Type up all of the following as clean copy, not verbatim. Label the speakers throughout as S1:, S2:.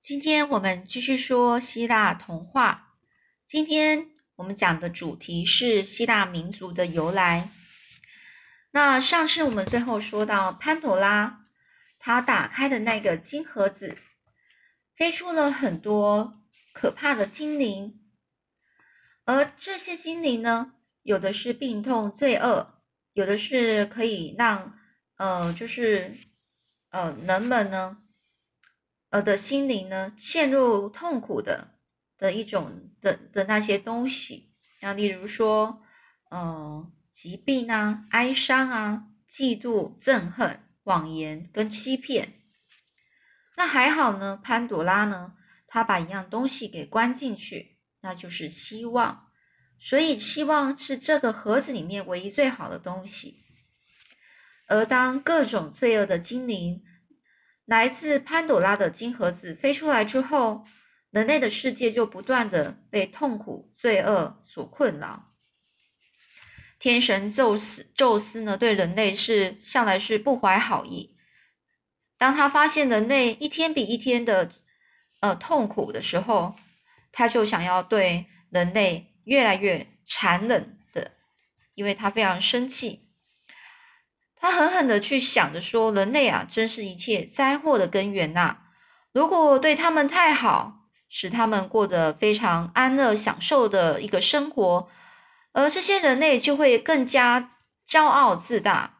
S1: 今天我们继续说希腊童话。今天我们讲的主题是希腊民族的由来。那上次我们最后说到潘朵拉，她打开的那个金盒子，飞出了很多可怕的精灵，而这些精灵呢，有的是病痛罪恶，有的是可以让人们呢的心灵呢陷入痛苦的一种的那些东西，例如说疾病啊、哀伤啊、嫉妒、憎恨、谎言跟欺骗。那还好呢，潘朵拉呢，她把一样东西给关进去，那就是希望。所以希望是这个盒子里面唯一最好的东西。而当各种罪恶的精灵来自潘朵拉的金盒子飞出来之后，人类的世界就不断的被痛苦、罪恶所困扰。天神宙斯呢，对人类向来是不怀好意。当他发现人类一天比一天的痛苦的时候，他就想要对人类越来越残忍的，因为他非常生气。他狠狠的去想着说，人类啊，真是一切灾祸的根源呐！如果对他们太好，使他们过得非常安乐享受的一个生活，而这些人类就会更加骄傲自大。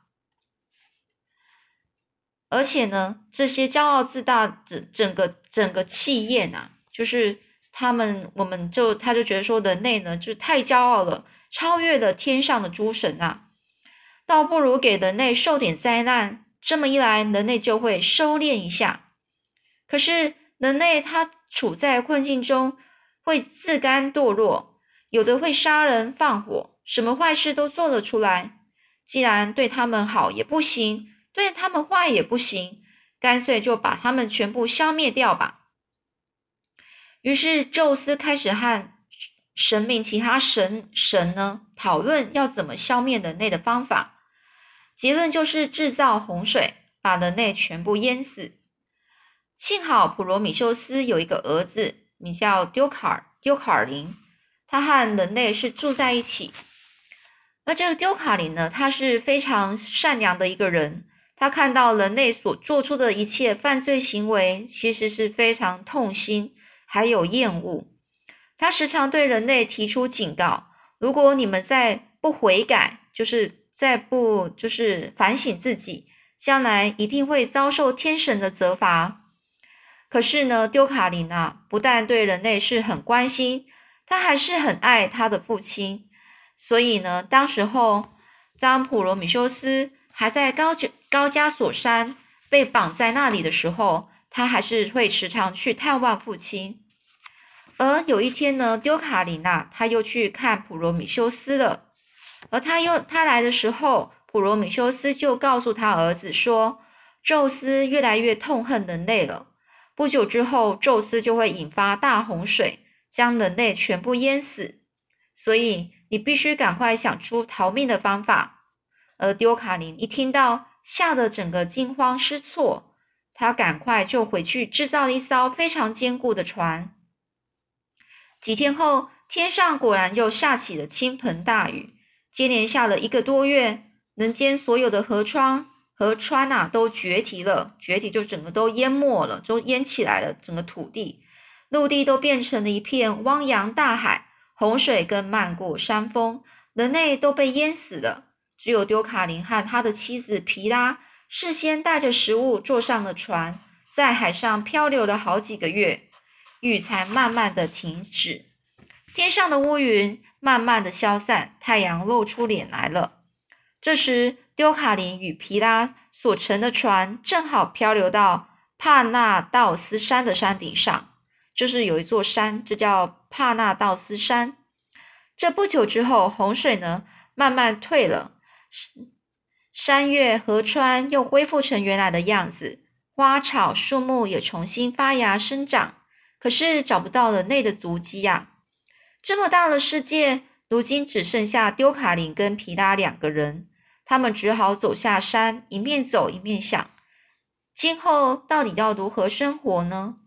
S1: 而且呢，这些骄傲自大的整个气焰啊，就是他就觉得说，人类呢就是太骄傲了，超越了天上的诸神啊，倒不如给人类受点灾难，这么一来，人类就会收敛一下。可是人类他处在困境中，会自甘堕落，有的会杀人放火，什么坏事都做了出来。既然对他们好也不行，对他们坏也不行，干脆就把他们全部消灭掉吧。于是宙斯开始和神明其他神呢讨论要怎么消灭人类的方法。结论就是制造洪水，把人类全部淹死。幸好普罗米修斯有一个儿子，名叫丢卡尔林，他和人类是住在一起。而这个丢卡林呢，他是非常善良的一个人，他看到人类所做出的一切犯罪行为，其实是非常痛心，还有厌恶。他时常对人类提出警告，如果你们再不悔改，再不反省自己，将来一定会遭受天神的责罚。可是呢，丢卡林啊，不但对人类是很关心，他还是很爱他的父亲。所以呢，当普罗米修斯还在高加索山被绑在那里的时候，他还是会时常去探望父亲。而有一天呢，丢卡林啊，他又去看普罗米修斯了。而他来的时候，普罗米修斯就告诉他儿子说，宙斯越来越痛恨人类了。不久之后，宙斯就会引发大洪水，将人类全部淹死。所以你必须赶快想出逃命的方法。而丢卡林一听到，吓得整个惊慌失措，他赶快就回去制造了一艘非常坚固的船。几天后，天上果然又下起了倾盆大雨，接连下了1个多月，人间所有的河川啊都决堤了，决堤就整个都淹没了，都淹起来了，整个土地、陆地都变成了一片汪洋大海，洪水更漫过山峰，人类都被淹死了。只有丢卡林和他的妻子皮拉事先带着食物坐上了船，在海上漂流了好几个月，雨才慢慢的停止，天上的乌云慢慢的消散，太阳露出脸来了。这时丢卡林与皮拉所乘的船正好漂流到帕纳道斯山的山顶上，就是有一座山，这叫帕纳道斯山。这不久之后，洪水呢慢慢退了，山岳河川又恢复成原来的样子，花草树木也重新发芽生长，可是找不到人类的足迹呀。这么大的世界，如今只剩下丢卡林跟皮拉2个人，他们只好走下山，一面走一面想，今后到底要如何生活呢？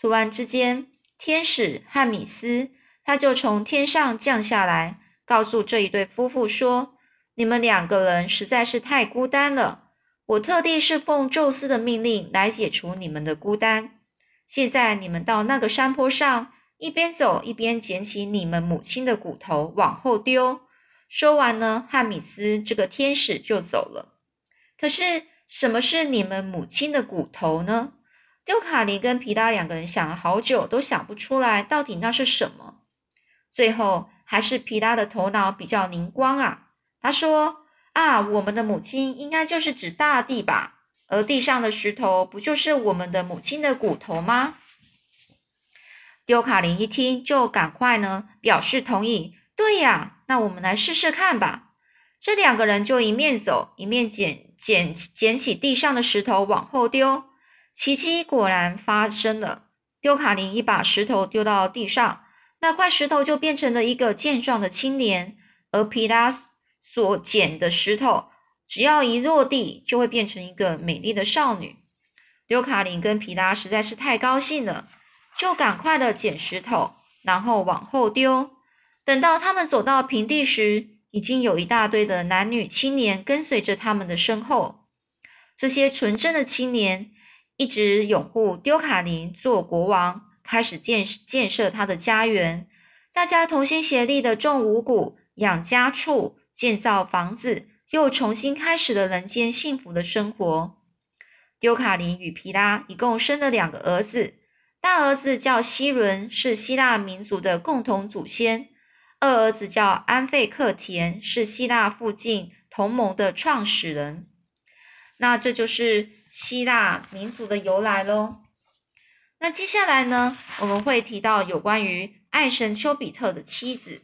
S1: 突然之间，天使汉米斯他就从天上降下来，告诉这一对夫妇说：你们两个人实在是太孤单了，我特地是奉宙斯的命令来解除你们的孤单。现在你们到那个山坡上，一边走一边捡起你们母亲的骨头往后丢。说完呢，汉米斯这个天使就走了。可是什么是你们母亲的骨头呢？丢卡林跟皮达两个人想了好久，都想不出来到底那是什么。最后还是皮达的头脑比较灵光啊，他说：我们的母亲应该就是指大地吧，而地上的石头不就是我们的母亲的骨头吗？丢卡林一听就赶快呢表示同意，对呀，那我们来试试看吧。这两个人就一面走一面捡起地上的石头往后丢，奇迹果然发生了。丢卡林一把石头丢到地上，那块石头就变成了一个健壮的青年，而皮拉所捡的石头只要一落地就会变成一个美丽的少女。丢卡林跟皮拉实在是太高兴了，就赶快的捡石头，然后往后丢。等到他们走到平地时，已经有一大堆的男女青年跟随着他们的身后。这些纯真的青年一直拥护丢卡林做国王，开始建设他的家园。大家同心协力的种五谷、养家畜、建造房子，又重新开始了人间幸福的生活。丢卡林与皮拉一共生了2个儿子，大儿子叫希伦，是希腊民族的共同祖先；二儿子叫安费克田，是希腊附近同盟的创始人。那这就是希腊民族的由来咯。那接下来呢，我们会提到有关于爱神丘比特的妻子。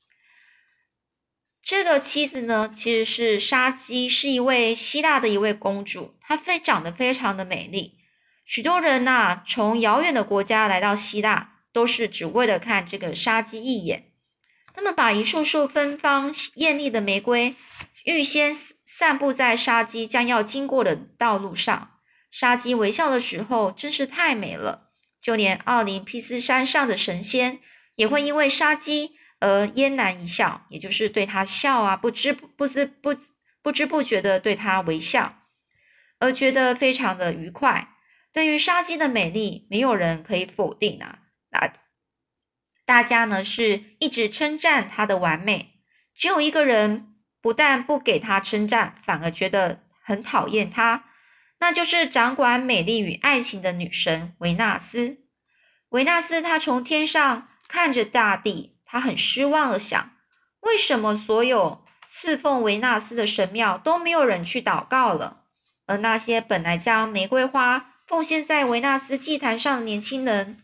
S1: 这个妻子呢，其实是莎基，是一位希腊的一位公主，她长得非常的美丽。许多人从遥远的国家来到希腊，都是只为了看这个莎基一眼。他们把一束束芬芳艳丽的玫瑰预先散布在莎基将要经过的道路上。莎基微笑的时候真是太美了，就连奥林匹斯山上的神仙也会因为莎基而嫣然一笑，也就是对他笑不知不觉的对他微笑，而觉得非常的愉快。对于莎基的美丽，没有人可以否定大家呢是一直称赞她的完美，只有一个人不但不给她称赞，反而觉得很讨厌她，那就是掌管美丽与爱情的女神维纳斯。维纳斯她从天上看着大地，她很失望地想，为什么所有侍奉维纳斯的神庙都没有人去祷告了？而那些本来将玫瑰花奉献在维纳斯祭坛上的年轻人，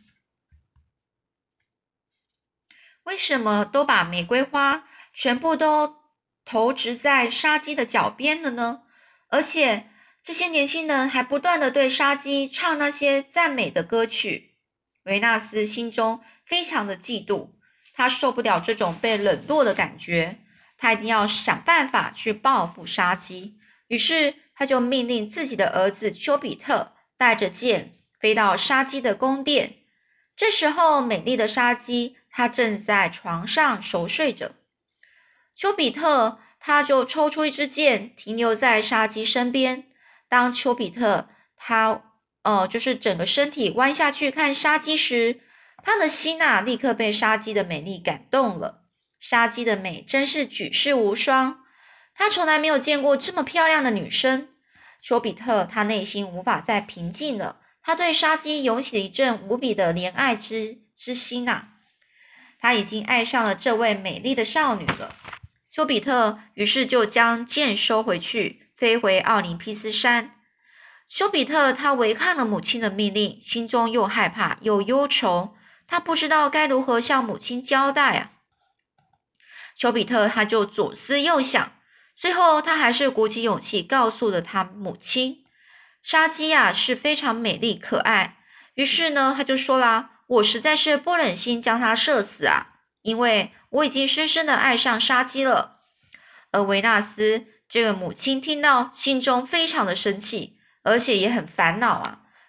S1: 为什么都把玫瑰花全部都投掷在莎基的脚边了呢？而且这些年轻人还不断地对莎基唱那些赞美的歌曲。维纳斯心中非常的嫉妒，他受不了这种被冷落的感觉，他一定要想办法去报复莎基。于是他就命令自己的儿子丘比特带着箭飞到莎基的宫殿。这时候美丽的莎基她正在床上熟睡着，丘比特他就抽出一支箭停留在莎基身边。当丘比特他就是整个身体弯下去看莎基时，他的心立刻被莎基的美丽感动了。莎基的美真是举世无双，他从来没有见过这么漂亮的女生。丘比特他内心无法再平静了，他对莎基涌起了一阵无比的怜爱之心他已经爱上了这位美丽的少女了。丘比特于是就将箭收回去，飞回奥林匹斯山。丘比特他违抗了母亲的命令，心中又害怕又忧愁，他不知道该如何向母亲交代丘比特他就左思右想，最后他还是鼓起勇气告诉了他母亲，莎基是非常美丽可爱。于是呢他就说啦，我实在是不忍心将她射死因为我已经深深的爱上莎基了。而维纳斯这个母亲听到，心中非常的生气，而且也很烦恼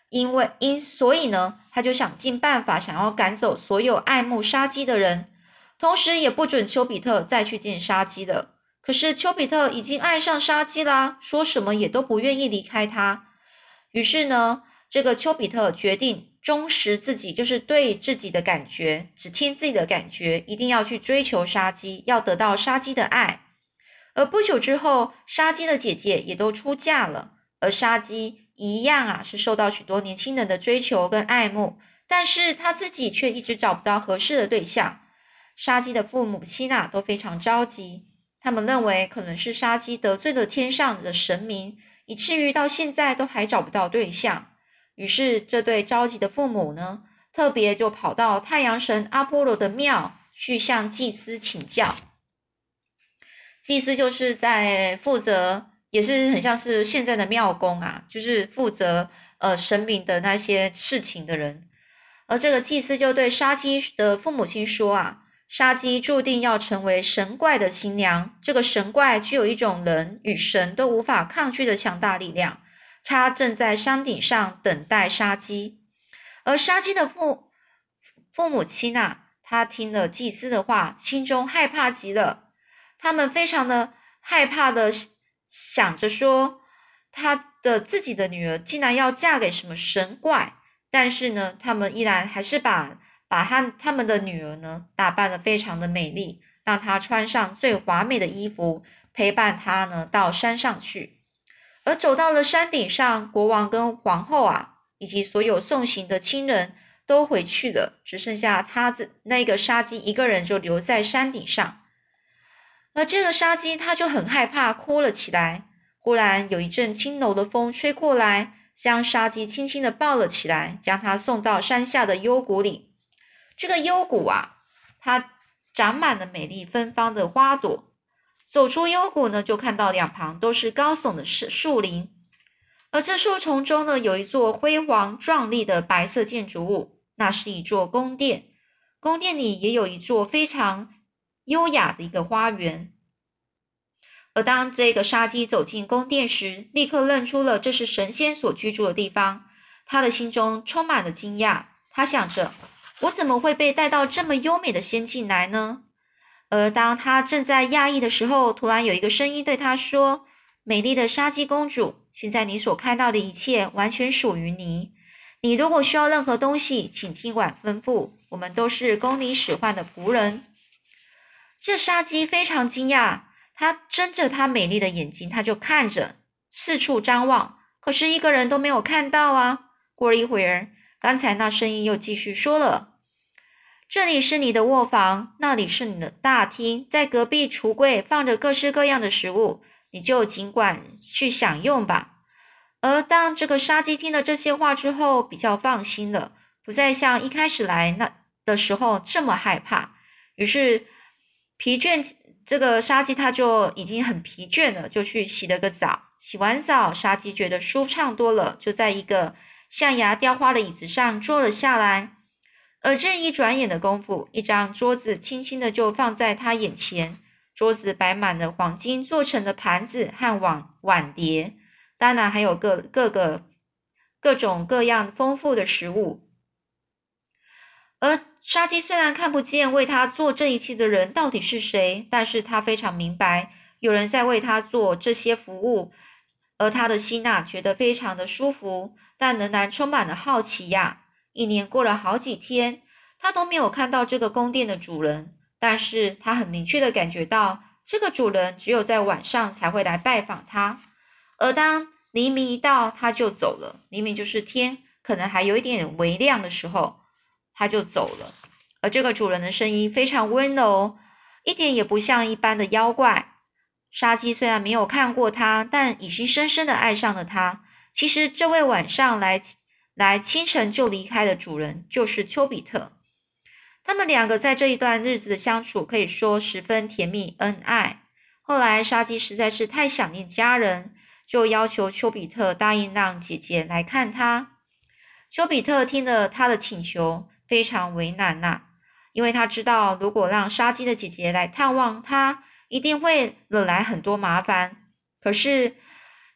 S1: 所以呢，他就想尽办法想要赶走所有爱慕杀鸡的人，同时也不准丘比特再去见杀鸡了。可是丘比特已经爱上杀鸡啦，说什么也都不愿意离开他。于是呢，这个丘比特决定忠实自己，就是对自己的感觉，只听自己的感觉，一定要去追求杀鸡，要得到杀鸡的爱。而不久之后，杀鸡的姐姐也都出嫁了，而杀鸡一样是受到许多年轻人的追求跟爱慕，但是他自己却一直找不到合适的对象。杀鸡的父母亲都非常着急，他们认为可能是杀鸡得罪了天上的神明，以至于到现在都还找不到对象。于是这对着急的父母呢，特别就跑到太阳神阿波罗的庙去向祭司请教。祭司就是在负责，也是很像是现在的庙公就是负责神明的那些事情的人。而这个祭司就对杀鸡的父母亲说杀鸡注定要成为神怪的新娘，这个神怪具有一种人与神都无法抗拒的强大力量，他正在山顶上等待杀鸡。而杀鸡的父母亲他听了祭司的话，心中害怕极了。他们非常的害怕的想着说，自己的女儿竟然要嫁给什么神怪，但是呢，他们依然还是把他们的女儿呢打扮得非常的美丽，让她穿上最华美的衣服，陪伴她呢到山上去。而走到了山顶上，国王跟皇后以及所有送行的亲人都回去了，只剩下那个杀鸡一个人就留在山顶上。而这个杀鸡他就很害怕，哭了起来。忽然有一阵轻柔的风吹过来，将杀鸡轻轻的抱了起来，将它送到山下的幽谷里。这个幽谷它长满了美丽芬芳的花朵。走出幽谷呢，就看到两旁都是高耸的树林，而这树丛中呢，有一座辉煌壮丽的白色建筑物，那是一座宫殿。宫殿里也有一座非常优雅的一个花园。而当这个杀鸡走进宫殿时，立刻认出了这是神仙所居住的地方。他的心中充满了惊讶，他想着，我怎么会被带到这么优美的仙境来呢？而当他正在讶异的时候，突然有一个声音对他说，美丽的杀鸡公主，现在你所看到的一切完全属于你。你如果需要任何东西，请尽管吩咐，我们都是供你使唤的仆人。这杀鸡非常惊讶，他睁着他美丽的眼睛，他就看着四处张望，可是一个人都没有看到过了一会儿，刚才那声音又继续说了，这里是你的卧房，那里是你的大厅，在隔壁橱柜放着各式各样的食物，你就尽管去享用吧。而当这个杀鸡听了这些话之后，比较放心了，不再像一开始来的时候这么害怕。于是这个杀鸡他就已经很疲倦了，就去洗了个澡。洗完澡，杀鸡觉得舒畅多了，就在一个象牙雕花的椅子上坐了下来。而这一转眼的功夫，一张桌子轻轻的就放在他眼前，桌子摆满了黄金做成的盘子和碗碟，当然还有各种各样丰富的食物。而杀鸡虽然看不见为他做这一切的人到底是谁，但是他非常明白有人在为他做这些服务，而他的心觉得非常的舒服，但仍然充满了好奇一年过了好几天，他都没有看到这个宫殿的主人，但是他很明确的感觉到这个主人只有在晚上才会来拜访他，而当黎明一到他就走了，黎明就是天可能还有一点微亮的时候他就走了。而这个主人的声音非常温柔，一点也不像一般的妖怪。杀鸡虽然没有看过他，但已经深深的爱上了他。其实这位晚上来清晨就离开的主人就是丘比特。他们两个在这一段日子的相处可以说十分甜蜜恩爱。后来杀鸡实在是太想念家人，就要求丘比特答应让姐姐来看他。丘比特听了他的请求，非常为难因为他知道如果让杀鸡的姐姐来探望他，一定会惹来很多麻烦。可是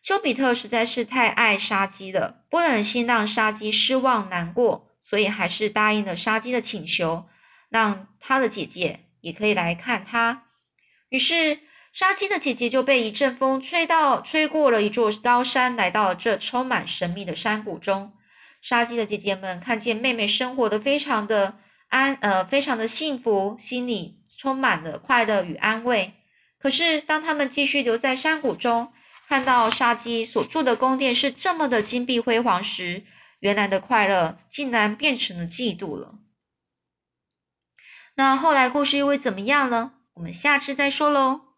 S1: 丘比特实在是太爱沙基了，不忍心让沙基失望难过，所以还是答应了沙基的请求，让他的姐姐也可以来看他。于是沙基的姐姐就被一阵风吹过了一座高山，来到了这充满神秘的山谷中。沙基的姐姐们看见妹妹生活的非常的非常的幸福，心里充满了快乐与安慰。可是当他们继续留在山谷中，看到沙基所住的宫殿是这么的金碧辉煌时，原来的快乐竟然变成了嫉妒了。那后来故事又会怎么样呢？我们下次再说喽。